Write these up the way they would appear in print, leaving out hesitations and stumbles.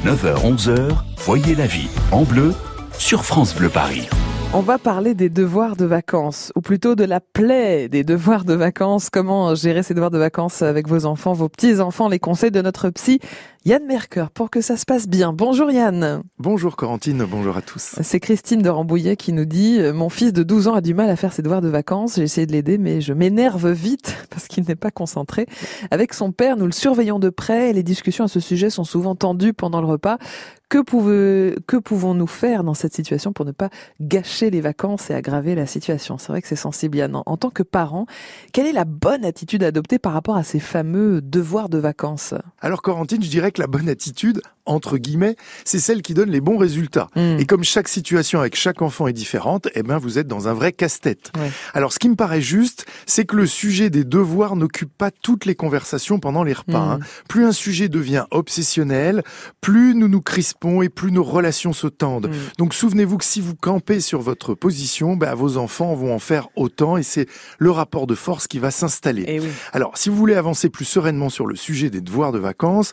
9h-11h, Voyez la vie en bleu sur France Bleu Paris. On va parler des devoirs de vacances, ou plutôt de la plaie des devoirs de vacances. Comment gérer ces devoirs de vacances avec vos enfants, vos petits-enfants, les conseils de notre psy Yann Mercœur, pour que ça se passe bien. Bonjour Yann. Bonjour Corentine, bonjour à tous. C'est Christine de Rambouillet qui nous dit « Mon fils de 12 ans a du mal à faire ses devoirs de vacances. J'ai essayé de l'aider, mais je m'énerve vite parce qu'il n'est pas concentré. Avec son père, nous le surveillons de près et les discussions à ce sujet sont souvent tendues pendant le repas. Que pouvons-nous faire dans cette situation pour ne pas gâcher les vacances et aggraver la situation ?» C'est vrai que c'est sensible, Yann. En tant que parent, quelle est la bonne attitude à adopter par rapport à ces fameux devoirs de vacances ? Alors Corentine, je dirais que la bonne attitude, entre guillemets, c'est celle qui donne les bons résultats. Et comme chaque situation avec chaque enfant est différente, vous êtes dans un vrai casse-tête. Ouais. Alors ce qui me paraît juste, c'est que le sujet des devoirs n'occupe pas toutes les conversations pendant les repas. Plus un sujet devient obsessionnel, plus nous nous crispons et plus nos relations se tendent. Donc souvenez-vous que si vous campez sur votre position, vos enfants vont en faire autant et c'est le rapport de force qui va s'installer. Oui. Alors si vous voulez avancer plus sereinement sur le sujet des devoirs de vacances,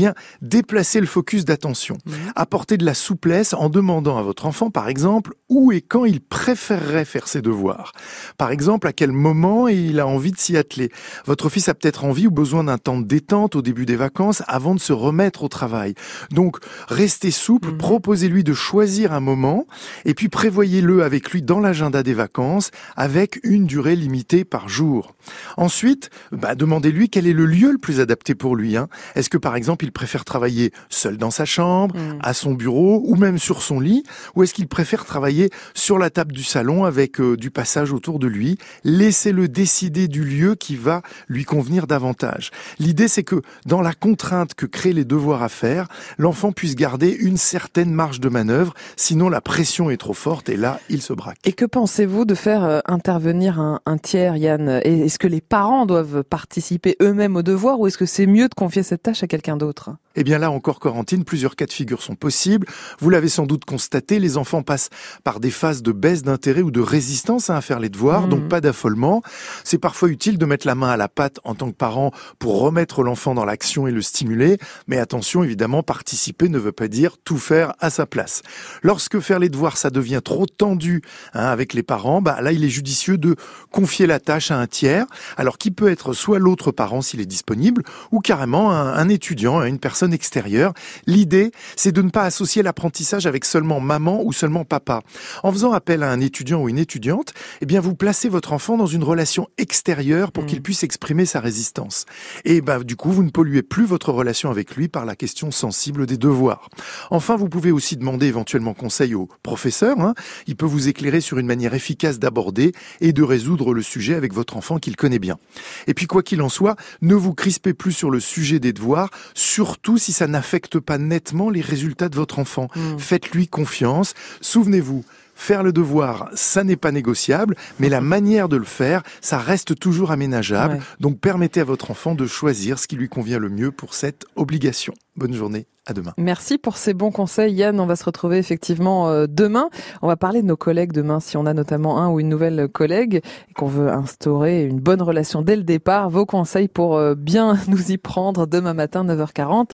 déplacez le focus d'attention. Apportez de la souplesse en demandant à votre enfant, par exemple, où et quand il préférerait faire ses devoirs. Par exemple, à quel moment il a envie de s'y atteler. Votre fils a peut-être envie ou besoin d'un temps de détente au début des vacances avant de se remettre au travail. Donc, restez souple, proposez-lui de choisir un moment et puis prévoyez-le avec lui dans l'agenda des vacances avec une durée limitée par jour. Ensuite, demandez-lui quel est le lieu le plus adapté pour lui. Est-ce que, par exemple, il préfère travailler seul dans sa chambre, à son bureau ou même sur son lit, ou est-ce qu'il préfère travailler sur la table du salon avec du passage autour de lui? Laissez-le décider du lieu qui va lui convenir davantage. L'idée, c'est que dans la contrainte que créent les devoirs à faire, l'enfant puisse garder une certaine marge de manœuvre, sinon la pression est trop forte et là, il se braque. Et que pensez-vous de faire intervenir un tiers, Yann? Est-ce que les parents doivent participer eux-mêmes aux devoirs ou est-ce que c'est mieux de confier cette tâche à quelqu'un d'autre? Eh bien là encore, Corentine, plusieurs cas de figure sont possibles. Vous l'avez sans doute constaté, les enfants passent par des phases de baisse d'intérêt ou de résistance à faire les devoirs, donc pas d'affolement. C'est parfois utile de mettre la main à la pâte en tant que parent pour remettre l'enfant dans l'action et le stimuler. Mais attention, évidemment, participer ne veut pas dire tout faire à sa place. Lorsque faire les devoirs, ça devient trop tendu avec les parents, là, il est judicieux de confier la tâche à un tiers, alors qui peut être soit l'autre parent s'il est disponible, ou carrément un étudiant, une personne extérieure. L'idée, c'est de ne pas associer l'apprentissage avec seulement maman ou seulement papa. En faisant appel à un étudiant ou une étudiante, vous placez votre enfant dans une relation extérieure pour qu'il puisse exprimer sa résistance. Et du coup, vous ne polluez plus votre relation avec lui par la question sensible des devoirs. Enfin, vous pouvez aussi demander éventuellement conseil au professeur. Il peut vous éclairer sur une manière efficace d'aborder et de résoudre le sujet avec votre enfant qu'il connaît bien. Et puis, quoi qu'il en soit, ne vous crispez plus sur le sujet des devoirs, surtout si ça n'affecte pas nettement les résultats de votre enfant. Faites-lui confiance. Souvenez-vous, faire le devoir, ça n'est pas négociable, mais la manière de le faire, ça reste toujours aménageable. Ouais. Donc permettez à votre enfant de choisir ce qui lui convient le mieux pour cette obligation. Bonne journée, à demain. Merci pour ces bons conseils, Yann. On va se retrouver effectivement demain. On va parler de nos collègues demain, si on a notamment un ou une nouvelle collègue et qu'on veut instaurer une bonne relation dès le départ. Vos conseils pour bien nous y prendre demain matin, 9h40.